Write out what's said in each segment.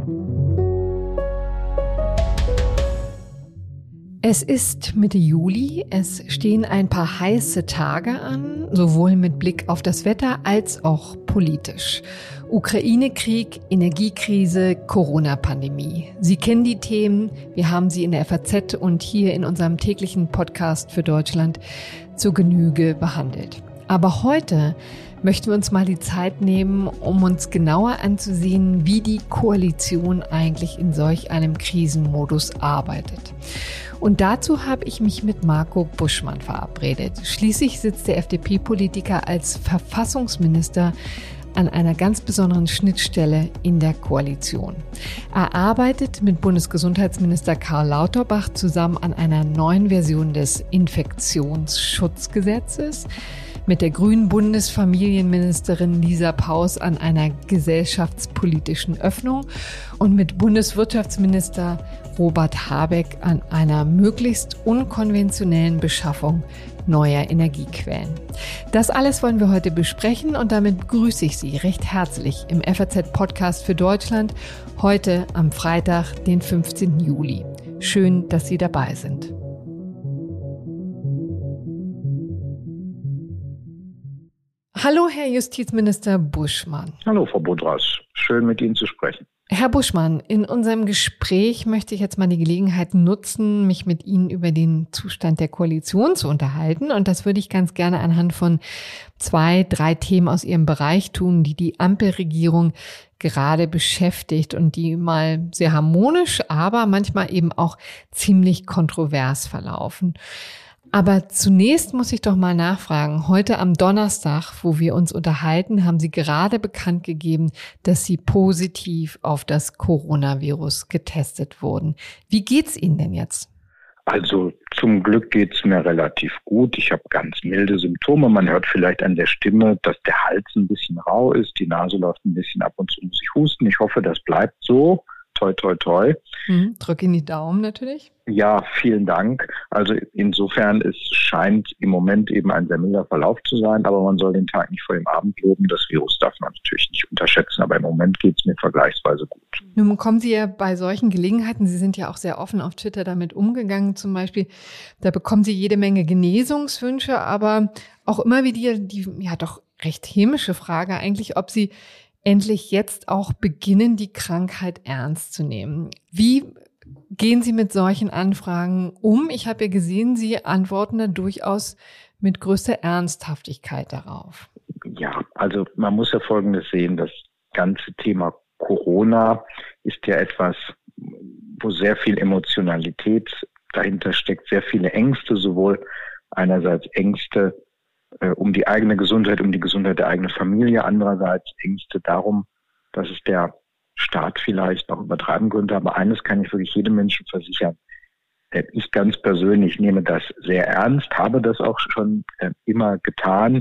Es ist Mitte Juli, es stehen ein paar heiße Tage an, sowohl mit Blick auf das Wetter als auch politisch. Ukraine-Krieg, Energiekrise, Corona-Pandemie. Sie kennen die Themen, wir haben sie in der FAZ und hier in unserem täglichen Podcast für Deutschland zur Genüge behandelt. Aber heute möchten wir uns mal die Zeit nehmen, um uns genauer anzusehen, wie die Koalition eigentlich in solch einem Krisenmodus arbeitet. Und dazu habe ich mich mit Marco Buschmann verabredet. Schließlich sitzt der FDP-Politiker als Verfassungsminister an einer ganz besonderen Schnittstelle in der Koalition. Er arbeitet mit Bundesgesundheitsminister Karl Lauterbach zusammen an einer neuen Version des Infektionsschutzgesetzes, mit der grünen Bundesfamilienministerin Lisa Paus an einer gesellschaftspolitischen Öffnung und mit Bundeswirtschaftsminister Robert Habeck an einer möglichst unkonventionellen Beschaffung neuer Energiequellen. Das alles wollen wir heute besprechen und damit begrüße ich Sie recht herzlich im FAZ-Podcast für Deutschland, heute am Freitag, den 15. Juli. Schön, dass Sie dabei sind. Hallo, Herr Justizminister Buschmann. Hallo, Frau Budras. Schön, mit Ihnen zu sprechen. Herr Buschmann, in unserem Gespräch möchte ich jetzt mal die Gelegenheit nutzen, mich mit Ihnen über den Zustand der Koalition zu unterhalten. Und das würde ich ganz gerne anhand von 2, 3 Themen aus Ihrem Bereich tun, die die Ampelregierung gerade beschäftigt und die mal sehr harmonisch, aber manchmal eben auch ziemlich kontrovers verlaufen. Aber zunächst muss ich doch mal nachfragen. Heute am Donnerstag, wo wir uns unterhalten, haben Sie gerade bekannt gegeben, dass Sie positiv auf das Coronavirus getestet wurden. Wie geht's Ihnen denn jetzt? Also zum Glück geht's mir relativ gut. Ich habe ganz milde Symptome. Man hört vielleicht an der Stimme, dass der Hals ein bisschen rau ist, die Nase läuft ein bisschen, ab und zu muss ich husten. Ich hoffe, das bleibt so. Toi, toi, toi. Drück in die Daumen natürlich. Ja, vielen Dank. Also insofern, es scheint im Moment eben ein sehr milder Verlauf zu sein, aber man soll den Tag nicht vor dem Abend loben. Das Virus darf man natürlich nicht unterschätzen, aber im Moment geht es mir vergleichsweise gut. Nun kommen Sie ja bei solchen Gelegenheiten, Sie sind ja auch sehr offen auf Twitter damit umgegangen zum Beispiel, da bekommen Sie jede Menge Genesungswünsche, aber auch immer wieder die ja doch recht hämische Frage eigentlich, ob Sie endlich jetzt auch beginnen, die Krankheit ernst zu nehmen. Wie gehen Sie mit solchen Anfragen um? Ich habe ja gesehen, Sie antworten da durchaus mit größter Ernsthaftigkeit darauf. Ja, also man muss ja Folgendes sehen, das ganze Thema Corona ist ja etwas, wo sehr viel Emotionalität dahinter steckt, sehr viele Ängste, sowohl einerseits Ängste um die eigene Gesundheit, um die Gesundheit der eigenen Familie, andererseits Ängste darum, dass es der Staat vielleicht noch übertreiben könnte. Aber eines kann ich wirklich jedem Menschen versichern. Ich ganz persönlich nehme das sehr ernst, habe das auch schon immer getan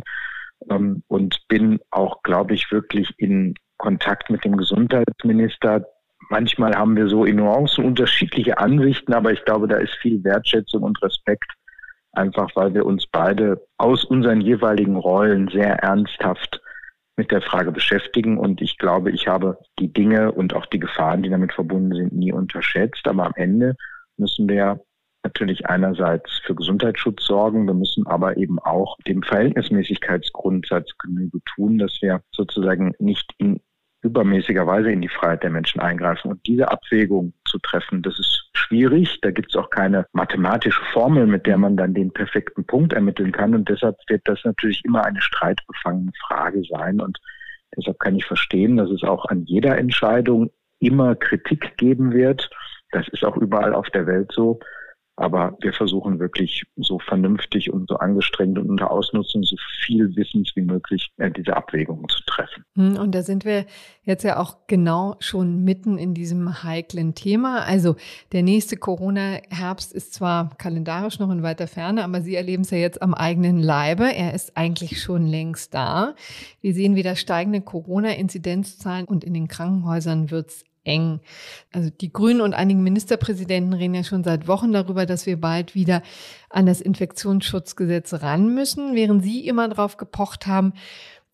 und bin auch, glaube ich, wirklich in Kontakt mit dem Gesundheitsminister. Manchmal haben wir so in Nuancen unterschiedliche Ansichten, aber ich glaube, da ist viel Wertschätzung und Respekt, einfach weil wir uns beide aus unseren jeweiligen Rollen sehr ernsthaft mit der Frage beschäftigen. Und ich glaube, ich habe die Dinge und auch die Gefahren, die damit verbunden sind, nie unterschätzt. Aber am Ende müssen wir natürlich einerseits für Gesundheitsschutz sorgen. Wir müssen aber eben auch dem Verhältnismäßigkeitsgrundsatz Genüge tun, dass wir sozusagen nicht in übermäßiger Weise in die Freiheit der Menschen eingreifen. Und diese Abwägung zu treffen, das ist schwierig. Da gibt es auch keine mathematische Formel, mit der man dann den perfekten Punkt ermitteln kann. Und deshalb wird das natürlich immer eine streitbefangene Frage sein. Und deshalb kann ich verstehen, dass es auch an jeder Entscheidung immer Kritik geben wird. Das ist auch überall auf der Welt so. Aber wir versuchen wirklich so vernünftig und so angestrengt und unter Ausnutzung so viel Wissens wie möglich diese Abwägungen zu treffen. Und da sind wir jetzt ja auch genau schon mitten in diesem heiklen Thema. Also der nächste Corona-Herbst ist zwar kalendarisch noch in weiter Ferne, aber Sie erleben es ja jetzt am eigenen Leibe. Er ist eigentlich schon längst da. Wir sehen wieder steigende Corona-Inzidenzzahlen und in den Krankenhäusern wird's eng. Also die Grünen und einige Ministerpräsidenten reden ja schon seit Wochen darüber, dass wir bald wieder an das Infektionsschutzgesetz ran müssen, während Sie immer darauf gepocht haben,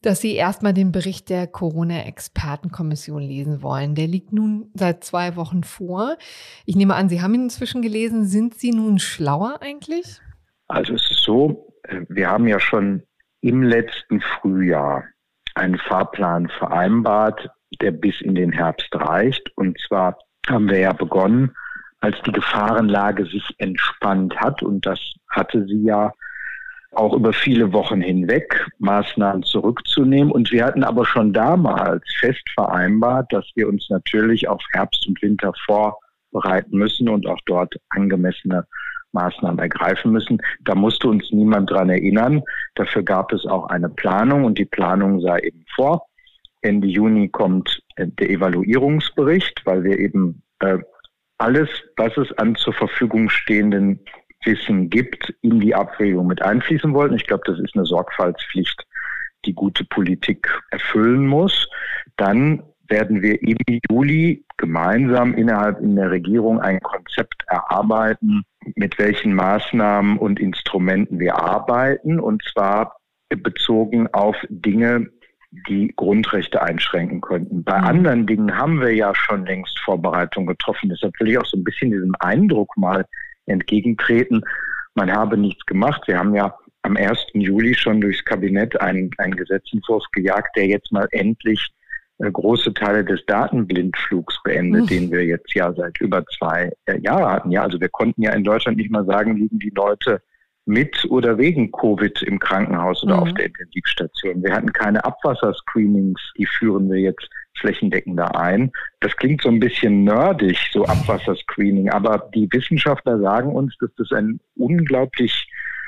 dass Sie erstmal den Bericht der Corona-Expertenkommission lesen wollen. Der liegt nun seit 2 Wochen vor. Ich nehme an, Sie haben ihn inzwischen gelesen. Sind Sie nun schlauer eigentlich? Also es ist so, wir haben ja schon im letzten Frühjahr einen Fahrplan vereinbart, der bis in den Herbst reicht. Und zwar haben wir ja begonnen, als die Gefahrenlage sich entspannt hat, und das hatte sie ja auch über viele Wochen hinweg, Maßnahmen zurückzunehmen. Und wir hatten aber schon damals fest vereinbart, dass wir uns natürlich auf Herbst und Winter vorbereiten müssen und auch dort angemessene Maßnahmen ergreifen müssen. Da musste uns niemand dran erinnern. Dafür gab es auch eine Planung, und die Planung sah eben vor: Ende Juni kommt der Evaluierungsbericht, weil wir eben alles, was es an zur Verfügung stehenden Wissen gibt, in die Abwägung mit einfließen wollten. Ich glaube, das ist eine Sorgfaltspflicht, die gute Politik erfüllen muss. Dann werden wir im Juli gemeinsam innerhalb in der Regierung ein Konzept erarbeiten, mit welchen Maßnahmen und Instrumenten wir arbeiten, und zwar bezogen auf Dinge, die Grundrechte einschränken könnten. Bei anderen Dingen haben wir ja schon längst Vorbereitungen getroffen. Deshalb will ich auch so ein bisschen diesem Eindruck mal entgegentreten, man habe nichts gemacht. Wir haben ja am 1. Juli schon durchs Kabinett einen Gesetzentwurf gejagt, der jetzt mal endlich große Teile des Datenblindflugs beendet, den wir jetzt ja seit über 2 Jahren hatten. Ja, also wir konnten ja in Deutschland nicht mal sagen, liegen die Leute mit oder wegen Covid im Krankenhaus oder auf der Intensivstation. Wir hatten keine Abwasserscreenings, die führen wir jetzt flächendeckender ein. Das klingt so ein bisschen nerdig, so Abwasserscreening, aber die Wissenschaftler sagen uns, dass das ein unglaublich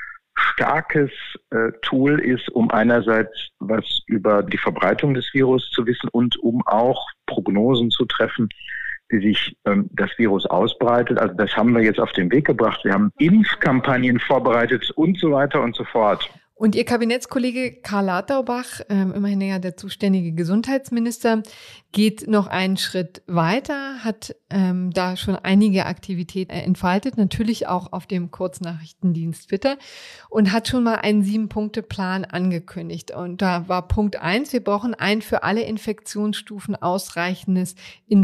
starkes Tool ist, um einerseits was über die Verbreitung des Virus zu wissen und um auch Prognosen zu treffen, wie sich das Virus ausbreitet. Also das haben wir jetzt auf den Weg gebracht. Wir haben Impfkampagnen vorbereitet und so weiter und so fort. Und Ihr Kabinettskollege Karl Lauterbach, immerhin ja der zuständige Gesundheitsminister, geht noch einen Schritt weiter, hat da schon einige Aktivitäten entfaltet, natürlich auch auf dem Kurznachrichtendienst Twitter, und hat schon mal einen 7-Punkte-Plan angekündigt. Und da war Punkt 1, wir brauchen ein für alle Infektionsstufen ausreichendes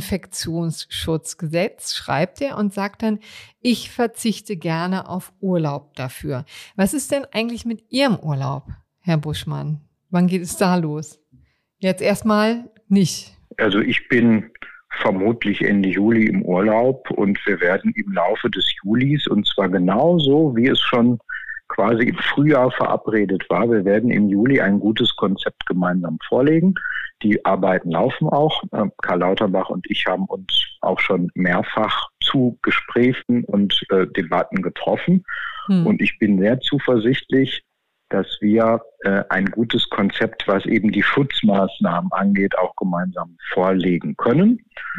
Infektionsschutzgesetz, schreibt er, und sagt dann, ich verzichte gerne auf Urlaub dafür. Was ist denn eigentlich mit Ihrem Urlaub, Herr Buschmann? Wann geht es da los? Jetzt erstmal nicht. Also ich bin vermutlich Ende Juli im Urlaub, und wir werden im Laufe des Julis, und zwar genauso, wie es schon quasi im Frühjahr verabredet war, wir werden im Juli ein gutes Konzept gemeinsam vorlegen. Die Arbeiten laufen auch. Karl Lauterbach und ich haben uns auch schon mehrfach zu Gesprächen und Debatten getroffen. Und ich bin sehr zuversichtlich, dass wir ein gutes Konzept, was eben die Schutzmaßnahmen angeht, auch gemeinsam vorlegen können.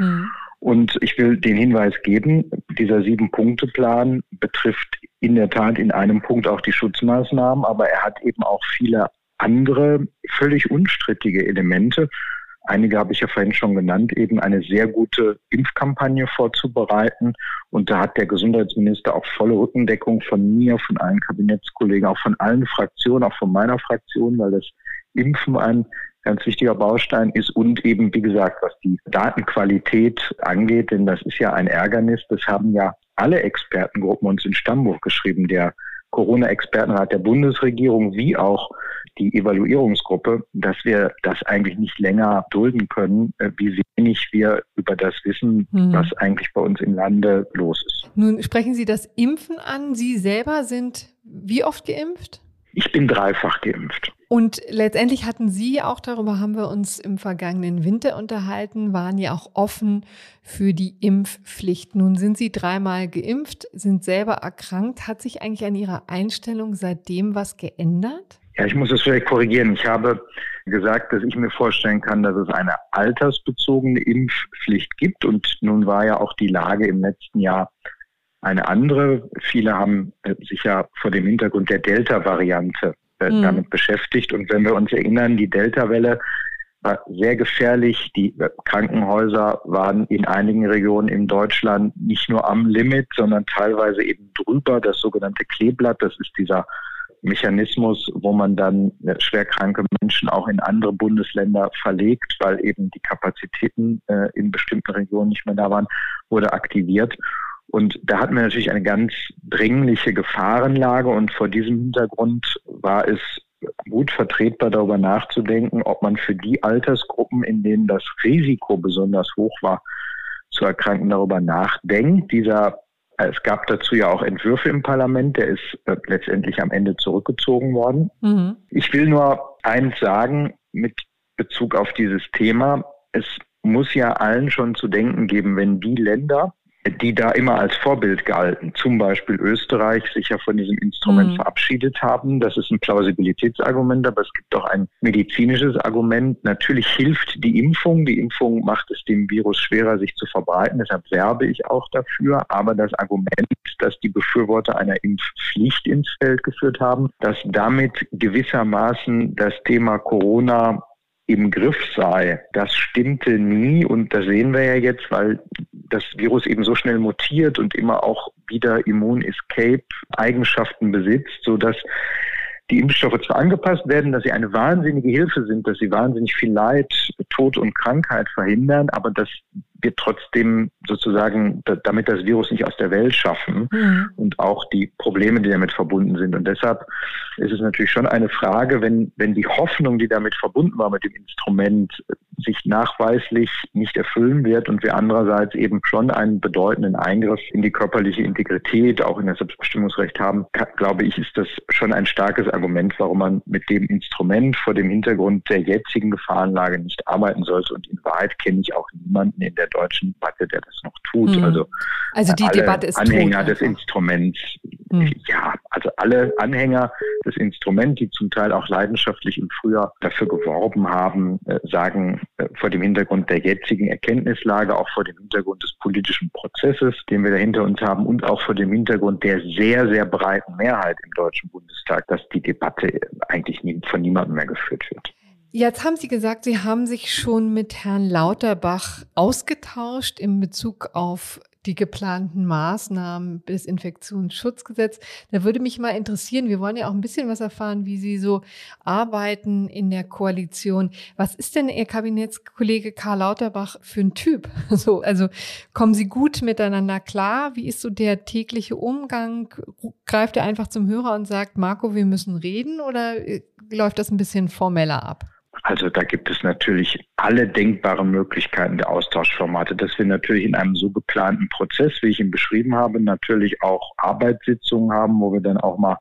Und ich will den Hinweis geben, dieser 7-Punkte-Plan betrifft in der Tat in einem Punkt auch die Schutzmaßnahmen, aber er hat eben auch viele andere, völlig unstrittige Elemente. Einige habe ich ja vorhin schon genannt, eben eine sehr gute Impfkampagne vorzubereiten. Und da hat der Gesundheitsminister auch volle Rückendeckung von mir, von allen Kabinettskollegen, auch von allen Fraktionen, auch von meiner Fraktion, weil das Impfen ein ganz wichtiger Baustein ist, und eben, wie gesagt, was die Datenqualität angeht, denn das ist ja ein Ärgernis, das haben ja alle Expertengruppen uns ins Stammbuch geschrieben, der Corona-Expertenrat der Bundesregierung wie auch die Evaluierungsgruppe, dass wir das eigentlich nicht länger dulden können, wie wenig wir über das wissen, was eigentlich bei uns im Lande los ist. Nun sprechen Sie das Impfen an. Sie selber sind wie oft geimpft? Ich bin 3-fach geimpft. Und letztendlich hatten Sie auch, darüber haben wir uns im vergangenen Winter unterhalten, waren ja auch offen für die Impfpflicht. Nun sind Sie 3-mal geimpft, sind selber erkrankt. Hat sich eigentlich an Ihrer Einstellung seitdem was geändert? Ja, ich muss es vielleicht korrigieren. Ich habe gesagt, dass ich mir vorstellen kann, dass es eine altersbezogene Impfpflicht gibt. Und nun war ja auch die Lage im letzten Jahr eine andere. Viele haben sich ja vor dem Hintergrund der Delta-Variante damit beschäftigt. Und wenn wir uns erinnern, die Delta-Welle war sehr gefährlich. Die Krankenhäuser waren in einigen Regionen in Deutschland nicht nur am Limit, sondern teilweise eben drüber. Das sogenannte Kleeblatt, das ist dieser Mechanismus, wo man dann schwerkranke Menschen auch in andere Bundesländer verlegt, weil eben die Kapazitäten in bestimmten Regionen nicht mehr da waren, wurde aktiviert. Und da hatten wir natürlich eine ganz dringliche Gefahrenlage und vor diesem Hintergrund war es gut vertretbar, darüber nachzudenken, ob man für die Altersgruppen, in denen das Risiko besonders hoch war, zu erkranken, darüber nachdenkt. Es gab dazu ja auch Entwürfe im Parlament, der ist letztendlich am Ende zurückgezogen worden. Mhm. Ich will nur eins sagen mit Bezug auf dieses Thema. Es muss ja allen schon zu denken geben, wenn die Länder, die da immer als Vorbild galten, zum Beispiel Österreich, sich ja von diesem Instrument verabschiedet haben. Das ist ein Plausibilitätsargument, aber es gibt auch ein medizinisches Argument. Natürlich hilft die Impfung. Die Impfung macht es dem Virus schwerer, sich zu verbreiten. Deshalb werbe ich auch dafür. Aber das Argument, das die Befürworter einer Impfpflicht ins Feld geführt haben, dass damit gewissermaßen das Thema Corona im Griff sei, das stimmte nie und das sehen wir ja jetzt, weil das Virus eben so schnell mutiert und immer auch wieder Immun-Escape-Eigenschaften besitzt, sodass die Impfstoffe zwar angepasst werden, dass sie eine wahnsinnige Hilfe sind, dass sie wahnsinnig viel Leid, Tod und Krankheit verhindern, aber dass wir trotzdem sozusagen damit das Virus nicht aus der Welt schaffen und auch die Probleme, die damit verbunden sind. Und deshalb ist es natürlich schon eine Frage, wenn die Hoffnung, die damit verbunden war mit dem Instrument, sich nachweislich nicht erfüllen wird und wir andererseits eben schon einen bedeutenden Eingriff in die körperliche Integrität, auch in das Selbstbestimmungsrecht haben, glaube ich, ist das schon ein starkes Argument, warum man mit dem Instrument vor dem Hintergrund der jetzigen Gefahrenlage nicht arbeiten sollte. Und in Wahrheit kenne ich auch niemanden in der deutschen Debatte, der das noch tut. Also die alle Debatte ist Anhänger des Instruments, ja, also alle Anhänger des Instruments, die zum Teil auch leidenschaftlich im Frühjahr dafür geworben haben, sagen vor dem Hintergrund der jetzigen Erkenntnislage, auch vor dem Hintergrund des politischen Prozesses, den wir da hinter uns haben und auch vor dem Hintergrund der sehr, sehr breiten Mehrheit im Deutschen Bundestag, dass die Debatte eigentlich von niemandem mehr geführt wird. Jetzt haben Sie gesagt, Sie haben sich schon mit Herrn Lauterbach ausgetauscht in Bezug auf die geplanten Maßnahmen des Infektionsschutzgesetzes. Da würde mich mal interessieren, wir wollen ja auch ein bisschen was erfahren, wie Sie so arbeiten in der Koalition. Was ist denn Ihr Kabinettskollege Karl Lauterbach für ein Typ? Also kommen Sie gut miteinander klar? Wie ist so der tägliche Umgang? Greift er einfach zum Hörer und sagt, Marco, wir müssen reden, oder läuft das ein bisschen formeller ab? Also da gibt es natürlich alle denkbaren Möglichkeiten der Austauschformate, dass wir natürlich in einem so geplanten Prozess, wie ich ihn beschrieben habe, natürlich auch Arbeitssitzungen haben, wo wir dann auch mal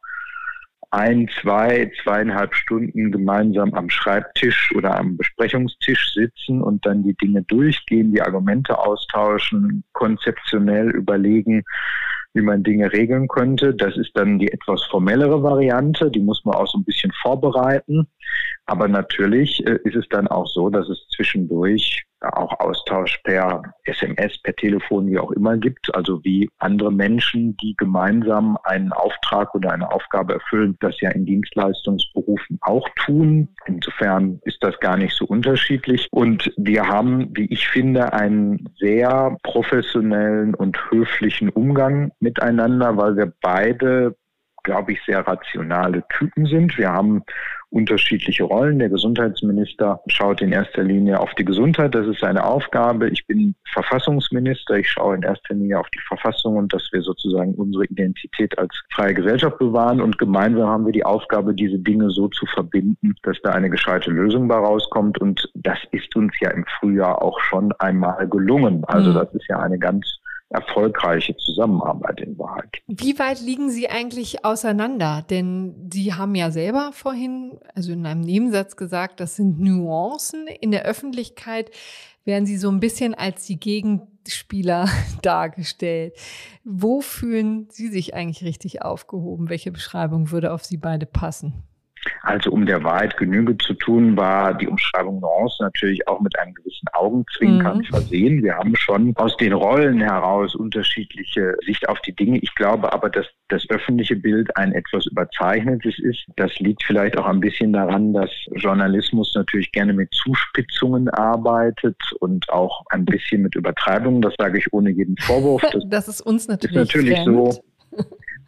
2,5 Stunden gemeinsam am Schreibtisch oder am Besprechungstisch sitzen und dann die Dinge durchgehen, die Argumente austauschen, konzeptionell überlegen, wie man Dinge regeln könnte. Das ist dann die etwas formellere Variante, die muss man auch so ein bisschen vorbereiten. Aber natürlich ist es dann auch so, dass es zwischendurch auch Austausch per SMS, per Telefon, wie auch immer gibt. Also wie andere Menschen, die gemeinsam einen Auftrag oder eine Aufgabe erfüllen, das ja in Dienstleistungsberufen auch tun. Insofern ist das gar nicht so unterschiedlich. Und wir haben, wie ich finde, einen sehr professionellen und höflichen Umgang miteinander, weil wir beide, glaube ich, sehr rationale Typen sind. Wir haben unterschiedliche Rollen. Der Gesundheitsminister schaut in erster Linie auf die Gesundheit. Das ist seine Aufgabe. Ich bin Verfassungsminister. Ich schaue in erster Linie auf die Verfassung und dass wir sozusagen unsere Identität als freie Gesellschaft bewahren. Und gemeinsam haben wir die Aufgabe, diese Dinge so zu verbinden, dass da eine gescheite Lösung bei rauskommt. Und das ist uns ja im Frühjahr auch schon einmal gelungen. Also das ist ja eine ganz erfolgreiche Zusammenarbeit in Wahrheit. Wie weit liegen Sie eigentlich auseinander? Denn Sie haben ja selber vorhin, also in einem Nebensatz gesagt, das sind Nuancen. In der Öffentlichkeit werden Sie so ein bisschen als die Gegenspieler dargestellt. Wo fühlen Sie sich eigentlich richtig aufgehoben? Welche Beschreibung würde auf Sie beide passen? Also um der Wahrheit Genüge zu tun, war die Umschreibung Nuance natürlich auch mit einem gewissen Augenzwinkern versehen. Wir haben schon aus den Rollen heraus unterschiedliche Sicht auf die Dinge. Ich glaube aber, dass das öffentliche Bild ein etwas überzeichnetes ist. Das liegt vielleicht auch ein bisschen daran, dass Journalismus natürlich gerne mit Zuspitzungen arbeitet und auch ein bisschen mit Übertreibungen. Das sage ich ohne jeden Vorwurf. Das ist uns natürlich so.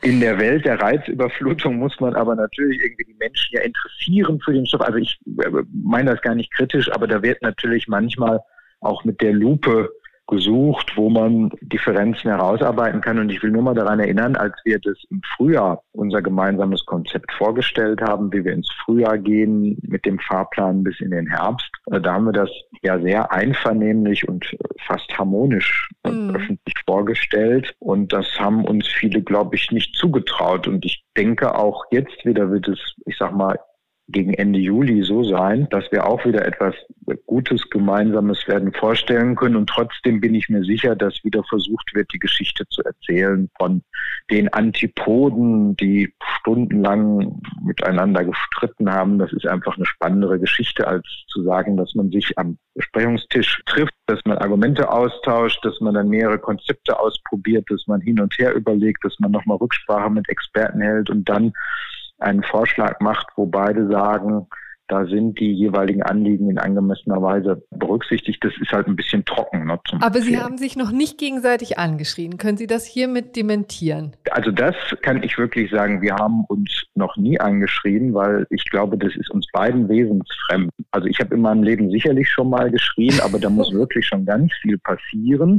In der Welt der Reizüberflutung muss man aber natürlich irgendwie die Menschen ja interessieren für den Stoff. Also ich meine das gar nicht kritisch, aber da wird natürlich manchmal auch mit der Lupe gesucht, wo man Differenzen herausarbeiten kann. Und ich will nur mal daran erinnern, als wir das im Frühjahr unser gemeinsames Konzept vorgestellt haben, wie wir ins Frühjahr gehen mit dem Fahrplan bis in den Herbst, da haben wir das ja sehr einvernehmlich und fast harmonisch öffentlich vorgestellt. Und das haben uns viele, glaube ich, nicht zugetraut. Und ich denke auch jetzt wieder wird es, ich sag mal, gegen Ende Juli so sein, dass wir auch wieder etwas Gutes, Gemeinsames werden vorstellen können. Und trotzdem bin ich mir sicher, dass wieder versucht wird, die Geschichte zu erzählen von den Antipoden, die stundenlang miteinander gestritten haben. Das ist einfach eine spannendere Geschichte, als zu sagen, dass man sich am Besprechungstisch trifft, dass man Argumente austauscht, dass man dann mehrere Konzepte ausprobiert, dass man hin und her überlegt, dass man nochmal Rücksprache mit Experten hält und dann einen Vorschlag macht, wo beide sagen, da sind die jeweiligen Anliegen in angemessener Weise berücksichtigt. Das ist halt ein bisschen trocken. Ne, Aber Sie haben sich noch nicht gegenseitig angeschrien. Können Sie das hiermit dementieren? Also das kann ich wirklich sagen. Wir haben uns noch nie angeschrien, weil ich glaube, das ist uns beiden wesensfremd. Also ich habe in meinem Leben sicherlich schon mal geschrien, aber da muss wirklich schon ganz viel passieren.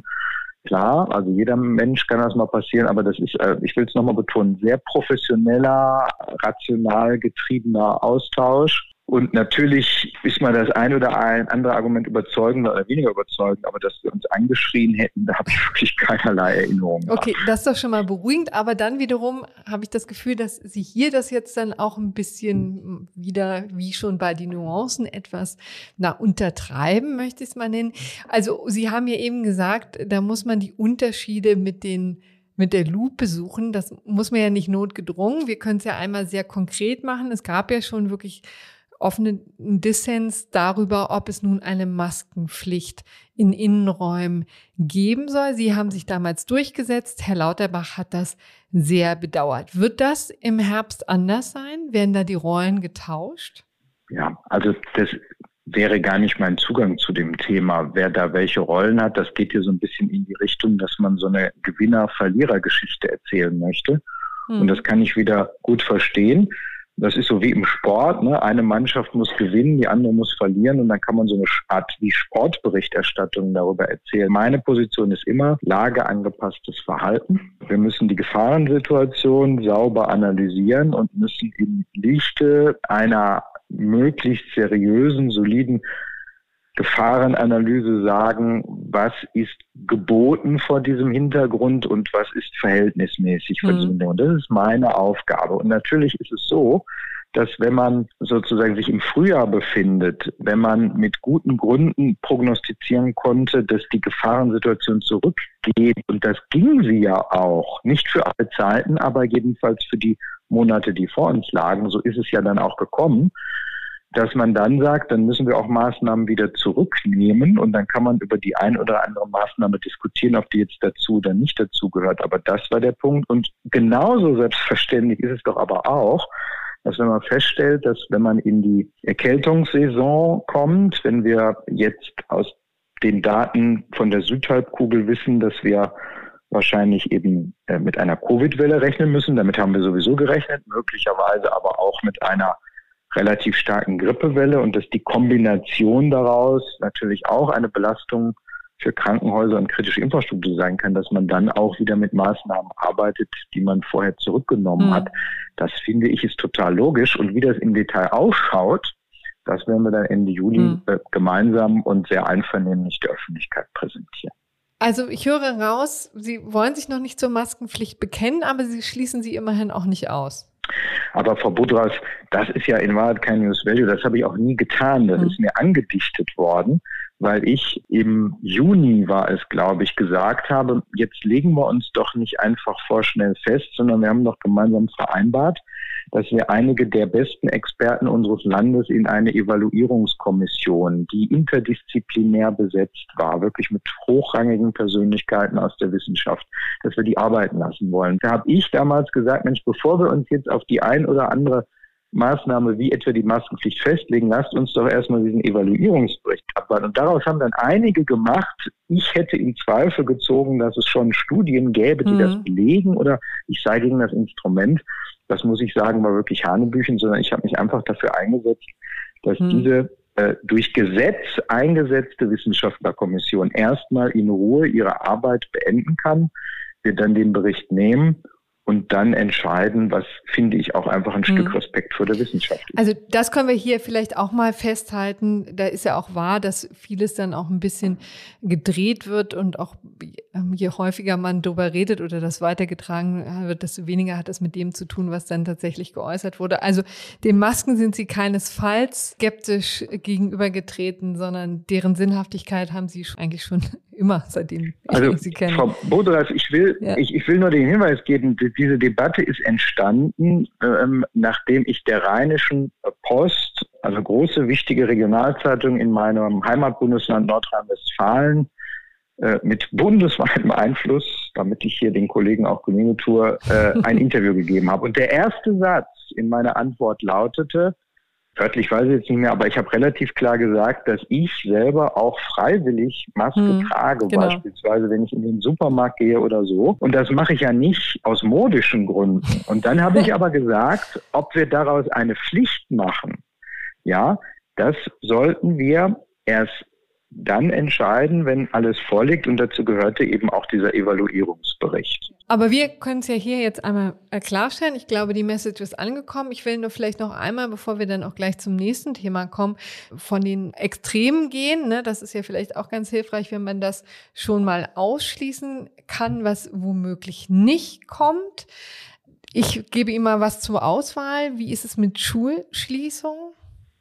Klar, also jeder Mensch kann das mal passieren, aber das ist, ich will es nochmal betonen, sehr professioneller, rational getriebener Austausch. Und natürlich ist mal das ein oder andere Argument überzeugender oder weniger überzeugend, aber dass wir uns angeschrien hätten, da habe ich wirklich keinerlei Erinnerung. Okay, das ist doch schon mal beruhigend, aber dann wiederum habe ich das Gefühl, dass Sie hier das jetzt dann auch ein bisschen wieder, wie schon bei den Nuancen, etwas untertreiben, möchte ich es mal nennen. Also Sie haben ja eben gesagt, da muss man die Unterschiede mit der Lupe suchen. Das muss man ja nicht notgedrungen. Wir können es ja einmal sehr konkret machen. Es gab ja schon wirklich offenen Dissens darüber, ob es nun eine Maskenpflicht in Innenräumen geben soll. Sie haben sich damals durchgesetzt. Herr Lauterbach hat das sehr bedauert. Wird das im Herbst anders sein? Werden da die Rollen getauscht? Ja, also das wäre gar nicht mein Zugang zu dem Thema, wer da welche Rollen hat. Das geht hier so ein bisschen in die Richtung, dass man so eine Gewinner-Verlierer-Geschichte erzählen möchte. Und das kann ich wieder gut verstehen. Das ist so wie im Sport, ne? Eine Mannschaft muss gewinnen, die andere muss verlieren und dann kann man so eine Art wie Sportberichterstattung darüber erzählen. Meine Position ist immer lageangepasstes Verhalten. Wir müssen die Gefahrensituation sauber analysieren und müssen im Lichte einer möglichst seriösen, soliden Gefahrenanalyse sagen, was ist geboten vor diesem Hintergrund und was ist verhältnismäßig vor diesem Hintergrund. Das ist meine Aufgabe. Und natürlich ist es so, dass wenn man sozusagen sich im Frühjahr befindet, wenn man mit guten Gründen prognostizieren konnte, dass die Gefahrensituation zurückgeht, und das ging sie ja auch, nicht für alle Zeiten, aber jedenfalls für die Monate, die vor uns lagen, so ist es ja dann auch gekommen, dass man dann sagt, dann müssen wir auch Maßnahmen wieder zurücknehmen und dann kann man über die ein oder andere Maßnahme diskutieren, ob die jetzt dazu oder nicht dazu gehört. Aber das war der Punkt. Und genauso selbstverständlich ist es doch aber auch, dass wenn man feststellt, dass wenn man in die Erkältungssaison kommt, wenn wir jetzt aus den Daten von der Südhalbkugel wissen, dass wir wahrscheinlich eben mit einer Covid-Welle rechnen müssen, damit haben wir sowieso gerechnet, möglicherweise aber auch mit einer relativ starken Grippewelle und dass die Kombination daraus natürlich auch eine Belastung für Krankenhäuser und kritische Infrastruktur sein kann, dass man dann auch wieder mit Maßnahmen arbeitet, die man vorher zurückgenommen hat. Das finde ich ist total logisch. Und wie das im Detail ausschaut, das werden wir dann Ende Juli gemeinsam und sehr einvernehmlich der Öffentlichkeit präsentieren. Also ich höre raus, Sie wollen sich noch nicht zur Maskenpflicht bekennen, aber Sie schließen sie immerhin auch nicht aus. Aber Frau Budras, das ist ja in Wahrheit kein News Value, das habe ich auch nie getan. Das ist mir angedichtet worden, weil ich im Juni, war es, glaube ich, gesagt habe, jetzt legen wir uns doch nicht einfach vorschnell fest, sondern wir haben doch gemeinsam vereinbart, dass wir einige der besten Experten unseres Landes in eine Evaluierungskommission, die interdisziplinär besetzt war, wirklich mit hochrangigen Persönlichkeiten aus der Wissenschaft, dass wir die arbeiten lassen wollen. Da habe ich damals gesagt, Mensch, bevor wir uns jetzt auf die ein oder andere Maßnahme wie etwa die Maskenpflicht festlegen, lasst uns doch erstmal diesen Evaluierungsbericht abwarten. Und daraus haben dann einige gemacht, ich hätte in Zweifel gezogen, dass es schon Studien gäbe, die das belegen, oder ich sei gegen das Instrument. Das muss ich sagen, war wirklich Hanebüchen, sondern ich habe mich einfach dafür eingesetzt, dass diese durch Gesetz eingesetzte Wissenschaftlerkommission erstmal in Ruhe ihre Arbeit beenden kann, wir dann den Bericht nehmen und dann entscheiden, was, finde ich, auch einfach ein Stück Respekt vor der Wissenschaft ist. Also das können wir hier vielleicht auch mal festhalten. Da ist ja auch wahr, dass vieles dann auch ein bisschen gedreht wird und auch je häufiger man darüber redet oder das weitergetragen wird, desto weniger hat es mit dem zu tun, was dann tatsächlich geäußert wurde. Also den Masken sind Sie keinesfalls skeptisch gegenübergetreten, sondern deren Sinnhaftigkeit haben Sie eigentlich schon immer, seitdem ich Sie kenne. Frau Bodras, ich will nur den Hinweis geben, diese Debatte ist entstanden, nachdem ich der Rheinischen Post, also große, wichtige Regionalzeitung in meinem Heimatbundesland Nordrhein-Westfalen, mit bundesweitem Einfluss, damit ich hier den Kollegen auch Genüge tue, ein Interview gegeben habe. Und der erste Satz in meiner Antwort lautete, wörtlich weiß ich jetzt nicht mehr, aber ich habe relativ klar gesagt, dass ich selber auch freiwillig Maske trage, beispielsweise wenn ich in den Supermarkt gehe oder so. Und das mache ich ja nicht aus modischen Gründen. Und dann habe ich aber gesagt, ob wir daraus eine Pflicht machen, ja, das sollten wir erst dann entscheiden, wenn alles vorliegt, und dazu gehörte eben auch dieser Evaluierungsbericht. Aber wir können es ja hier jetzt einmal klarstellen. Ich glaube, die Message ist angekommen. Ich will nur vielleicht noch einmal, bevor wir dann auch gleich zum nächsten Thema kommen, von den Extremen gehen. Ne? Das ist ja vielleicht auch ganz hilfreich, wenn man das schon mal ausschließen kann, was womöglich nicht kommt. Ich gebe Ihnen mal was zur Auswahl. Wie ist es mit Schulschließungen?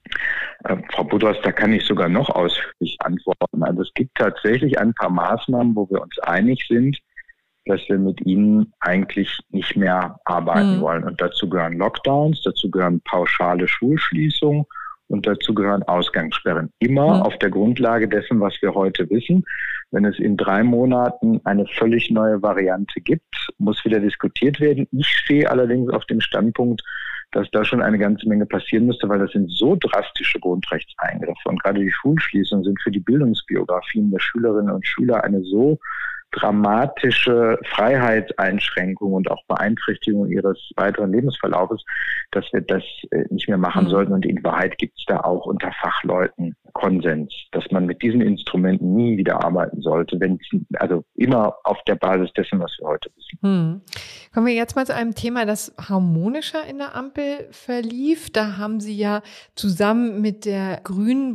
Frau Budras, da kann ich sogar noch ausführlich antworten. Also es gibt tatsächlich ein paar Maßnahmen, wo wir uns einig sind, dass wir mit ihnen eigentlich nicht mehr arbeiten wollen. Und dazu gehören Lockdowns, dazu gehören pauschale Schulschließungen und dazu gehören Ausgangssperren. Immer auf der Grundlage dessen, was wir heute wissen. Wenn es in 3 Monaten eine völlig neue Variante gibt, muss wieder diskutiert werden. Ich stehe allerdings auf dem Standpunkt, dass da schon eine ganze Menge passieren müsste, weil das sind so drastische Grundrechtseingriffe. Und gerade die Schulschließungen sind für die Bildungsbiografien der Schülerinnen und Schüler eine so dramatische Freiheitseinschränkung und auch Beeinträchtigung ihres weiteren Lebensverlaufes, dass wir das nicht mehr machen sollten. Und in Wahrheit gibt es da auch unter Fachleuten Konsens, dass man mit diesen Instrumenten nie wieder arbeiten sollte, also immer auf der Basis dessen, was wir heute wissen. Kommen wir jetzt mal zu einem Thema, das harmonischer in der Ampel verlief. Da haben Sie ja zusammen mit der grünen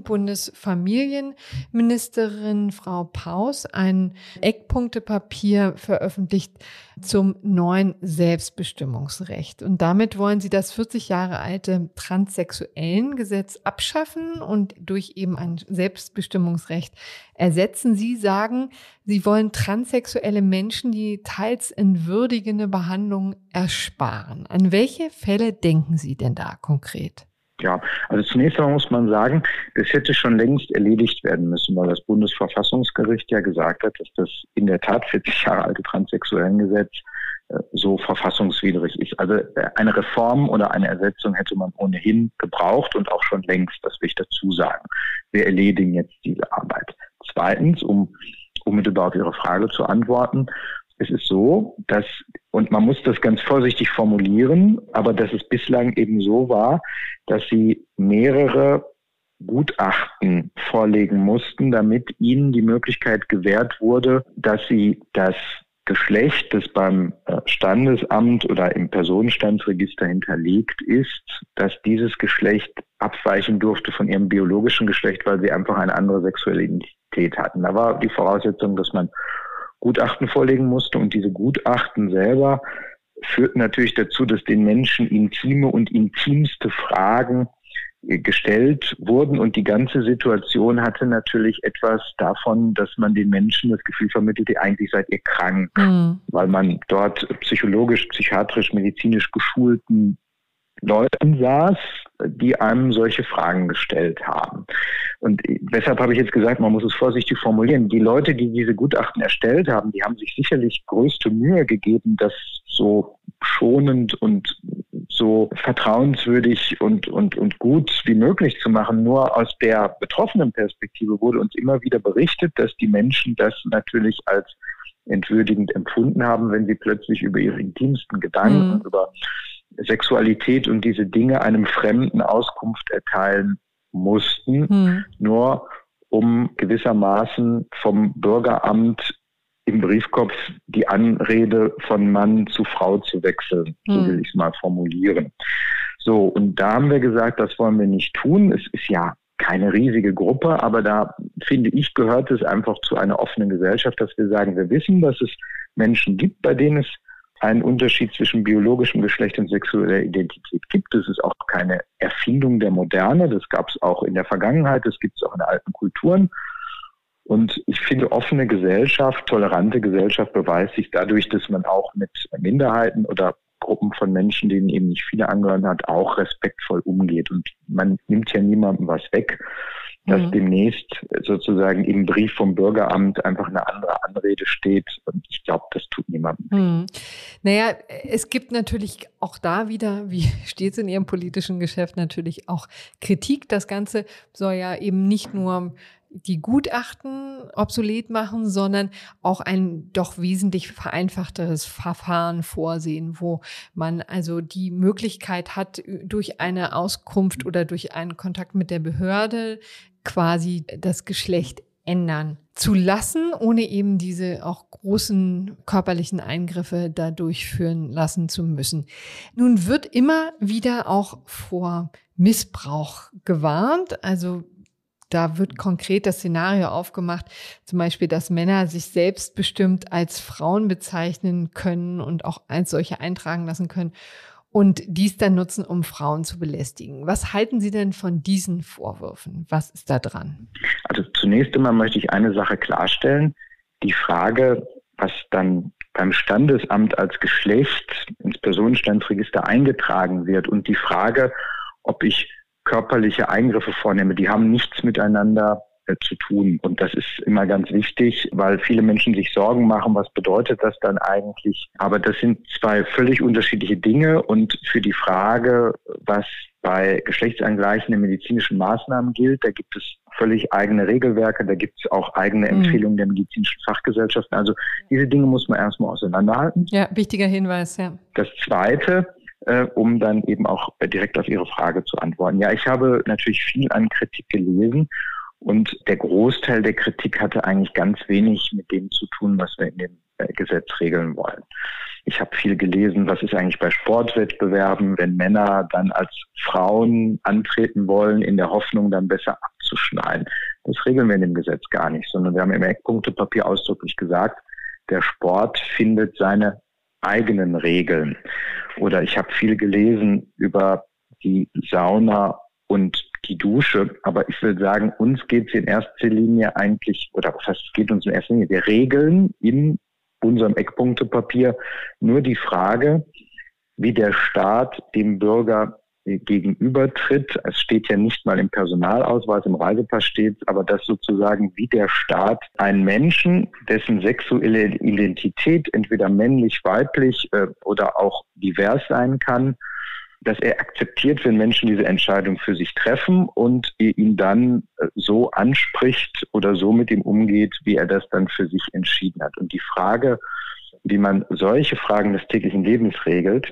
Bundesfamilienministerin Frau Paus ein Eckpunktepapier veröffentlicht zum neuen Selbstbestimmungsrecht. Und damit wollen Sie das 40 Jahre alte Transsexuellengesetz abschaffen und durch eben ein Selbstbestimmungsrecht ersetzen. Sie sagen, Sie wollen transsexuelle Menschen die teils entwürdigende Behandlung ersparen. An welche Fälle denken Sie denn da konkret? Ja, also zunächst einmal muss man sagen, das hätte schon längst erledigt werden müssen, weil das Bundesverfassungsgericht ja gesagt hat, dass das in der Tat 40 Jahre alte Transsexuellengesetz so verfassungswidrig ist. Also eine Reform oder eine Ersetzung hätte man ohnehin gebraucht und auch schon längst, das will ich dazu sagen. Wir erledigen jetzt diese Arbeit. Zweitens, um unmittelbar auf Ihre Frage zu antworten, es ist so, dass, und man muss das ganz vorsichtig formulieren, aber dass es bislang eben so war, dass sie mehrere Gutachten vorlegen mussten, damit ihnen die Möglichkeit gewährt wurde, dass sie das Geschlecht, das beim Standesamt oder im Personenstandsregister hinterlegt ist, dass dieses Geschlecht abweichen durfte von ihrem biologischen Geschlecht, weil sie einfach eine andere sexuelle Identität hatten. Da war die Voraussetzung, dass man Gutachten vorlegen musste, und diese Gutachten selber führten natürlich dazu, dass den Menschen intime und intimste Fragen gestellt wurden, und die ganze Situation hatte natürlich etwas davon, dass man den Menschen das Gefühl vermittelte, eigentlich seid ihr krank, weil man dort psychologisch, psychiatrisch, medizinisch geschulten Leuten saß, die einem solche Fragen gestellt haben. Und weshalb habe ich jetzt gesagt, man muss es vorsichtig formulieren. Die Leute, die diese Gutachten erstellt haben, die haben sich sicherlich größte Mühe gegeben, das so schonend und so vertrauenswürdig und gut wie möglich zu machen. Nur aus der betroffenen Perspektive wurde uns immer wieder berichtet, dass die Menschen das natürlich als entwürdigend empfunden haben, wenn sie plötzlich über ihre intimsten Gedanken, über Sexualität und diese Dinge einem Fremden Auskunft erteilen mussten, nur um gewissermaßen vom Bürgeramt im Briefkopf die Anrede von Mann zu Frau zu wechseln, so will ich es mal formulieren. So, und da haben wir gesagt, das wollen wir nicht tun. Es ist ja keine riesige Gruppe, aber da, finde ich, gehört es einfach zu einer offenen Gesellschaft, dass wir sagen, wir wissen, dass es Menschen gibt, bei denen es einen Unterschied zwischen biologischem Geschlecht und sexueller Identität gibt. Das ist auch keine Erfindung der Moderne, das gab es auch in der Vergangenheit, das gibt es auch in alten Kulturen. Und ich finde, offene Gesellschaft, tolerante Gesellschaft beweist sich dadurch, dass man auch mit Minderheiten oder Gruppen von Menschen, denen eben nicht viele angehören hat, auch respektvoll umgeht. Und man nimmt ja niemandem was weg, dass demnächst sozusagen im Brief vom Bürgeramt einfach eine andere Anrede steht. Und ich glaube, das tut niemandem. Naja, es gibt natürlich auch da wieder, wie steht es in Ihrem politischen Geschäft, natürlich auch Kritik. Das Ganze soll ja eben nicht nur die Gutachten obsolet machen, sondern auch ein doch wesentlich vereinfachteres Verfahren vorsehen, wo man also die Möglichkeit hat, durch eine Auskunft oder durch einen Kontakt mit der Behörde quasi das Geschlecht ändern zu lassen, ohne eben diese auch großen körperlichen Eingriffe da durchführen lassen zu müssen. Nun wird immer wieder auch vor Missbrauch gewarnt, also da wird konkret das Szenario aufgemacht, zum Beispiel, dass Männer sich selbstbestimmt als Frauen bezeichnen können und auch als solche eintragen lassen können und dies dann nutzen, um Frauen zu belästigen. Was halten Sie denn von diesen Vorwürfen? Was ist da dran? Also zunächst einmal möchte ich eine Sache klarstellen. Die Frage, was dann beim Standesamt als Geschlecht ins Personenstandsregister eingetragen wird und die Frage, ob ich körperliche Eingriffe vornehme, die haben nichts miteinander zu tun. Und das ist immer ganz wichtig, weil viele Menschen sich Sorgen machen, was bedeutet das dann eigentlich? Aber das sind zwei völlig unterschiedliche Dinge. Und für die Frage, was bei geschlechtsangleichenden medizinischen Maßnahmen gilt, da gibt es völlig eigene Regelwerke, da gibt es auch eigene Empfehlungen der medizinischen Fachgesellschaften. Also diese Dinge muss man erstmal auseinanderhalten. Ja, wichtiger Hinweis, ja. Das Zweite, um dann eben auch direkt auf Ihre Frage zu antworten. Ja, ich habe natürlich viel an Kritik gelesen und der Großteil der Kritik hatte eigentlich ganz wenig mit dem zu tun, was wir in dem Gesetz regeln wollen. Ich habe viel gelesen, was ist eigentlich bei Sportwettbewerben, wenn Männer dann als Frauen antreten wollen, in der Hoffnung, dann besser abzuschneiden. Das regeln wir in dem Gesetz gar nicht, sondern wir haben im Eckpunktepapier ausdrücklich gesagt, der Sport findet seine eigenen Regeln. Oder ich habe viel gelesen über die Sauna und die Dusche, aber ich will sagen, uns geht es in erster Linie eigentlich, oder was heißt, es geht uns in erster Linie, wir regeln in unserem Eckpunktepapier nur die Frage, wie der Staat dem Bürger gegenübertritt. Es steht ja nicht mal im Personalausweis, im Reisepass steht, aber das sozusagen, wie der Staat einen Menschen, dessen sexuelle Identität entweder männlich, weiblich oder auch divers sein kann, dass er akzeptiert, wenn Menschen diese Entscheidung für sich treffen und ihn dann so anspricht oder so mit ihm umgeht, wie er das dann für sich entschieden hat. Und die Frage, wie man solche Fragen des täglichen Lebens regelt,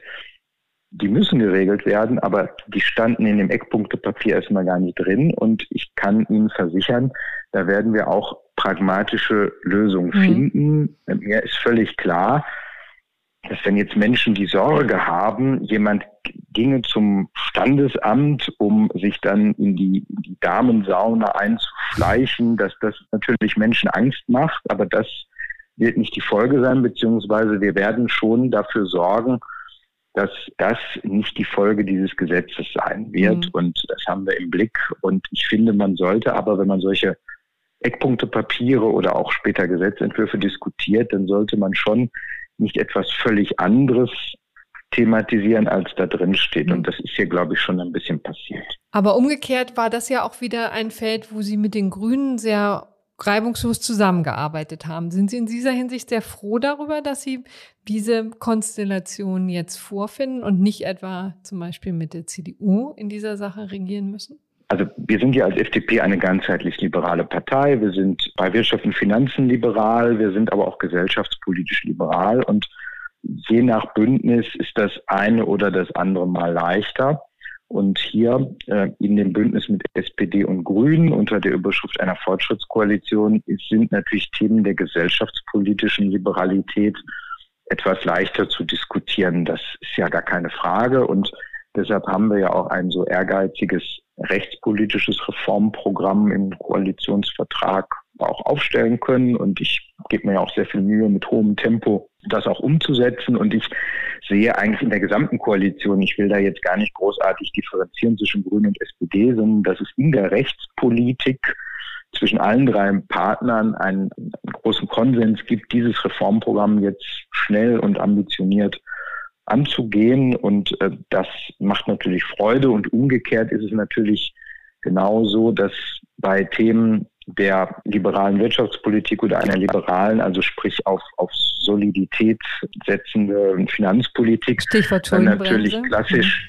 die müssen geregelt werden, aber die standen in dem Eckpunktepapier erstmal gar nicht drin. Und ich kann Ihnen versichern, da werden wir auch pragmatische Lösungen finden. Mir ist völlig klar, dass wenn jetzt Menschen die Sorge haben, jemand ginge zum Standesamt, um sich dann in die Damensauna einzuschleichen, dass das natürlich Menschen Angst macht, aber das wird nicht die Folge sein, beziehungsweise wir werden schon dafür sorgen, dass das nicht die Folge dieses Gesetzes sein wird. Und das haben wir im Blick. Und ich finde, man sollte aber, wenn man solche Eckpunktepapiere oder auch später Gesetzentwürfe diskutiert, dann sollte man schon nicht etwas völlig anderes thematisieren, als da drin steht. Und das ist hier, glaube ich, schon ein bisschen passiert. Aber umgekehrt war das ja auch wieder ein Feld, wo Sie mit den Grünen sehr reibungslos zusammengearbeitet haben. Sind Sie in dieser Hinsicht sehr froh darüber, dass Sie diese Konstellation jetzt vorfinden und nicht etwa zum Beispiel mit der CDU in dieser Sache regieren müssen? Also wir sind ja als FDP eine ganzheitlich liberale Partei. Wir sind bei Wirtschaft und Finanzen liberal, wir sind aber auch gesellschaftspolitisch liberal. Und je nach Bündnis ist das eine oder das andere mal leichter. Und hier in dem Bündnis mit SPD und Grünen unter der Überschrift einer Fortschrittskoalition sind natürlich Themen der gesellschaftspolitischen Liberalität etwas leichter zu diskutieren. Das ist ja gar keine Frage. Und deshalb haben wir ja auch ein so ehrgeiziges rechtspolitisches Reformprogramm im Koalitionsvertrag auch aufstellen können. Und ich gebe mir ja auch sehr viel Mühe, mit hohem Tempo das auch umzusetzen. Und ich sehe eigentlich in der gesamten Koalition, ich will da jetzt gar nicht großartig differenzieren zwischen Grünen und SPD, sondern dass es in der Rechtspolitik zwischen allen drei Partnern einen großen Konsens gibt, dieses Reformprogramm jetzt schnell und ambitioniert anzugehen. Und das macht natürlich Freude. Und umgekehrt ist es natürlich genauso, dass bei Themen der liberalen Wirtschaftspolitik oder einer liberalen, also sprich auf Solidität setzende Finanzpolitik, dann natürlich klassisch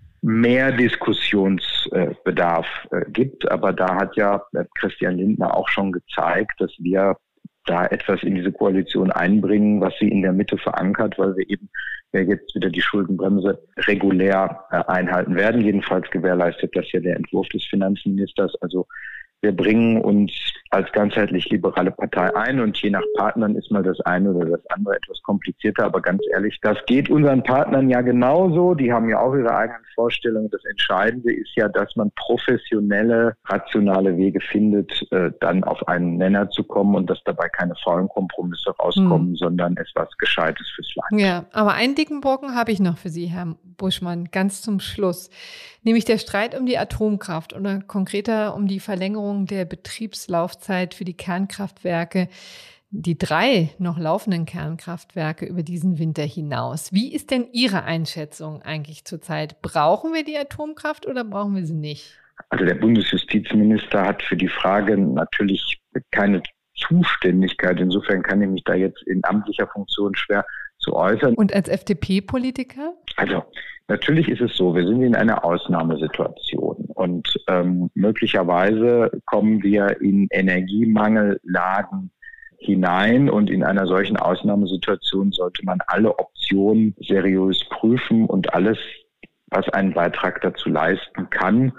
mehr Diskussionsbedarf gibt. Aber da hat ja Christian Lindner auch schon gezeigt, dass wir da etwas in diese Koalition einbringen, was sie in der Mitte verankert, weil wir eben jetzt wieder die Schuldenbremse regulär einhalten werden. Jedenfalls gewährleistet das ja der Entwurf des Finanzministers. Also wir bringen uns als ganzheitlich liberale Partei ein und je nach Partnern ist mal das eine oder das andere etwas komplizierter. Aber ganz ehrlich, das geht unseren Partnern ja genauso. Die haben ja auch ihre eigenen Vorstellungen. Das Entscheidende ist ja, dass man professionelle, rationale Wege findet, dann auf einen Nenner zu kommen und dass dabei keine faulen Kompromisse rauskommen, sondern etwas Gescheites fürs Land. Ja, aber einen dicken Brocken habe ich noch für Sie, Herr Buschmann, ganz zum Schluss. Nämlich der Streit um die Atomkraft oder konkreter um die Verlängerung der Betriebslaufzeit für die Kernkraftwerke, die 3 noch laufenden Kernkraftwerke über diesen Winter hinaus. Wie ist denn Ihre Einschätzung eigentlich zurzeit? Brauchen wir die Atomkraft oder brauchen wir sie nicht? Also der Bundesjustizminister hat für die Frage natürlich keine Zuständigkeit. Insofern kann ich mich da jetzt in amtlicher Funktion schwer zu äußern. Und als FDP-Politiker? Also natürlich ist es so, wir sind in einer Ausnahmesituation und möglicherweise kommen wir in Energiemangellagen hinein und in einer solchen Ausnahmesituation sollte man alle Optionen seriös prüfen und alles, was einen Beitrag dazu leisten kann,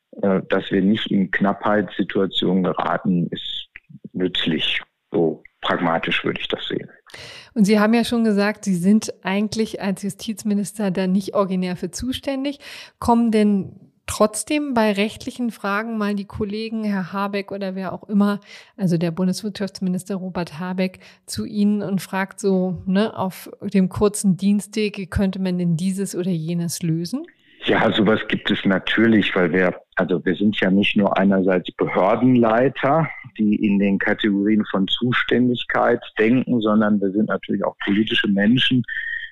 dass wir nicht in Knappheitssituationen geraten, ist nützlich. So pragmatisch würde ich das sehen. Und Sie haben ja schon gesagt, Sie sind eigentlich als Justizminister da nicht originär für zuständig. Kommen denn trotzdem bei rechtlichen Fragen mal die Kollegen, Herr Habeck oder wer auch immer, also der Bundeswirtschaftsminister Robert Habeck, zu Ihnen und fragt so, auf dem kurzen Dienstweg, wie könnte man denn dieses oder jenes lösen? Ja, sowas gibt es natürlich, weil wir sind ja nicht nur einerseits Behördenleiter, die in den Kategorien von Zuständigkeit denken, sondern wir sind natürlich auch politische Menschen,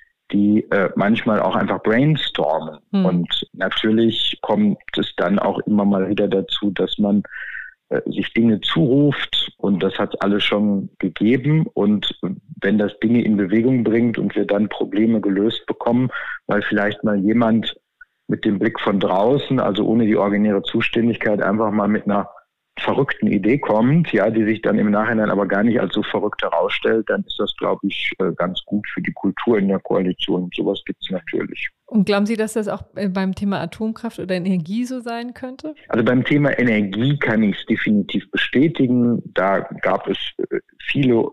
die manchmal auch einfach brainstormen. Und natürlich kommt es dann auch immer mal wieder dazu, dass man sich Dinge zuruft und das hat es alles schon gegeben. Und wenn das Dinge in Bewegung bringt und wir dann Probleme gelöst bekommen, weil vielleicht mal jemand mit dem Blick von draußen, also ohne die originäre Zuständigkeit, einfach mal mit einer verrückten Idee kommt, ja, die sich dann im Nachhinein aber gar nicht als so verrückt herausstellt, dann ist das, glaube ich, ganz gut für die Kultur in der Koalition. Und sowas gibt es natürlich. Und glauben Sie, dass das auch beim Thema Atomkraft oder Energie so sein könnte? Also beim Thema Energie kann ich es definitiv bestätigen. Da gab es viele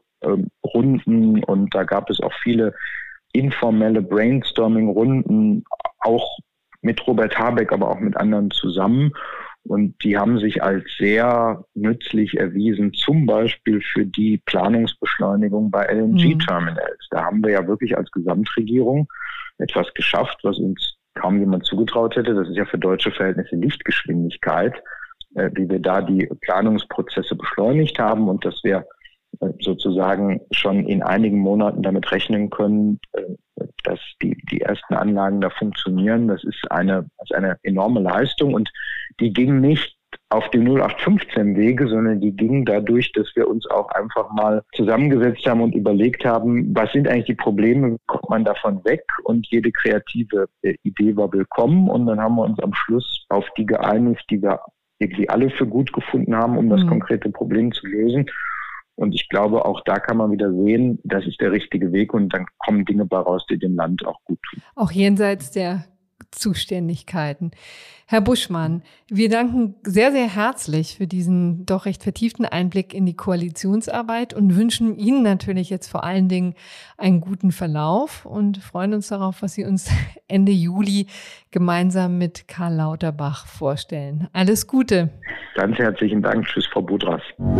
Runden und da gab es auch viele informelle Brainstorming-Runden, auch mit Robert Habeck, aber auch mit anderen zusammen. Und die haben sich als sehr nützlich erwiesen, zum Beispiel für die Planungsbeschleunigung bei LNG-Terminals. Da haben wir ja wirklich als Gesamtregierung etwas geschafft, was uns kaum jemand zugetraut hätte. Das ist ja für deutsche Verhältnisse Lichtgeschwindigkeit, wie wir da die Planungsprozesse beschleunigt haben und dass wir sozusagen schon in einigen Monaten damit rechnen können, dass die ersten Anlagen da funktionieren. Das ist eine enorme Leistung und die ging nicht auf dem 0815-Wege, sondern die gingen dadurch, dass wir uns auch einfach mal zusammengesetzt haben und überlegt haben, was sind eigentlich die Probleme, wie kommt man davon weg? Und jede kreative Idee war willkommen. Und dann haben wir uns am Schluss auf die geeinigt, die wir irgendwie alle für gut gefunden haben, um das konkrete Problem zu lösen. Und ich glaube, auch da kann man wieder sehen, das ist der richtige Weg und dann kommen Dinge bei raus, die dem Land auch gut tun. Auch jenseits der Zuständigkeiten. Herr Buschmann, wir danken sehr, sehr herzlich für diesen doch recht vertieften Einblick in die Koalitionsarbeit und wünschen Ihnen natürlich jetzt vor allen Dingen einen guten Verlauf und freuen uns darauf, was Sie uns Ende Juli gemeinsam mit Karl Lauterbach vorstellen. Alles Gute. Ganz herzlichen Dank. Tschüss, Frau Budras.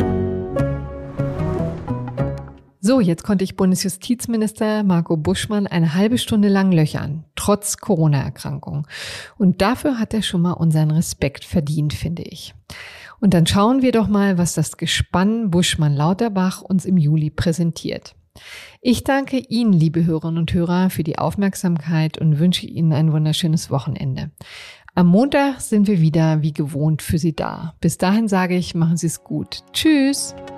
So, jetzt konnte ich Bundesjustizminister Marco Buschmann eine halbe Stunde lang löchern, trotz Corona-Erkrankung. Und dafür hat er schon mal unseren Respekt verdient, finde ich. Und dann schauen wir doch mal, was das Gespann Buschmann-Lauterbach uns im Juli präsentiert. Ich danke Ihnen, liebe Hörerinnen und Hörer, für die Aufmerksamkeit und wünsche Ihnen ein wunderschönes Wochenende. Am Montag sind wir wieder wie gewohnt für Sie da. Bis dahin sage ich, machen Sie es gut. Tschüss!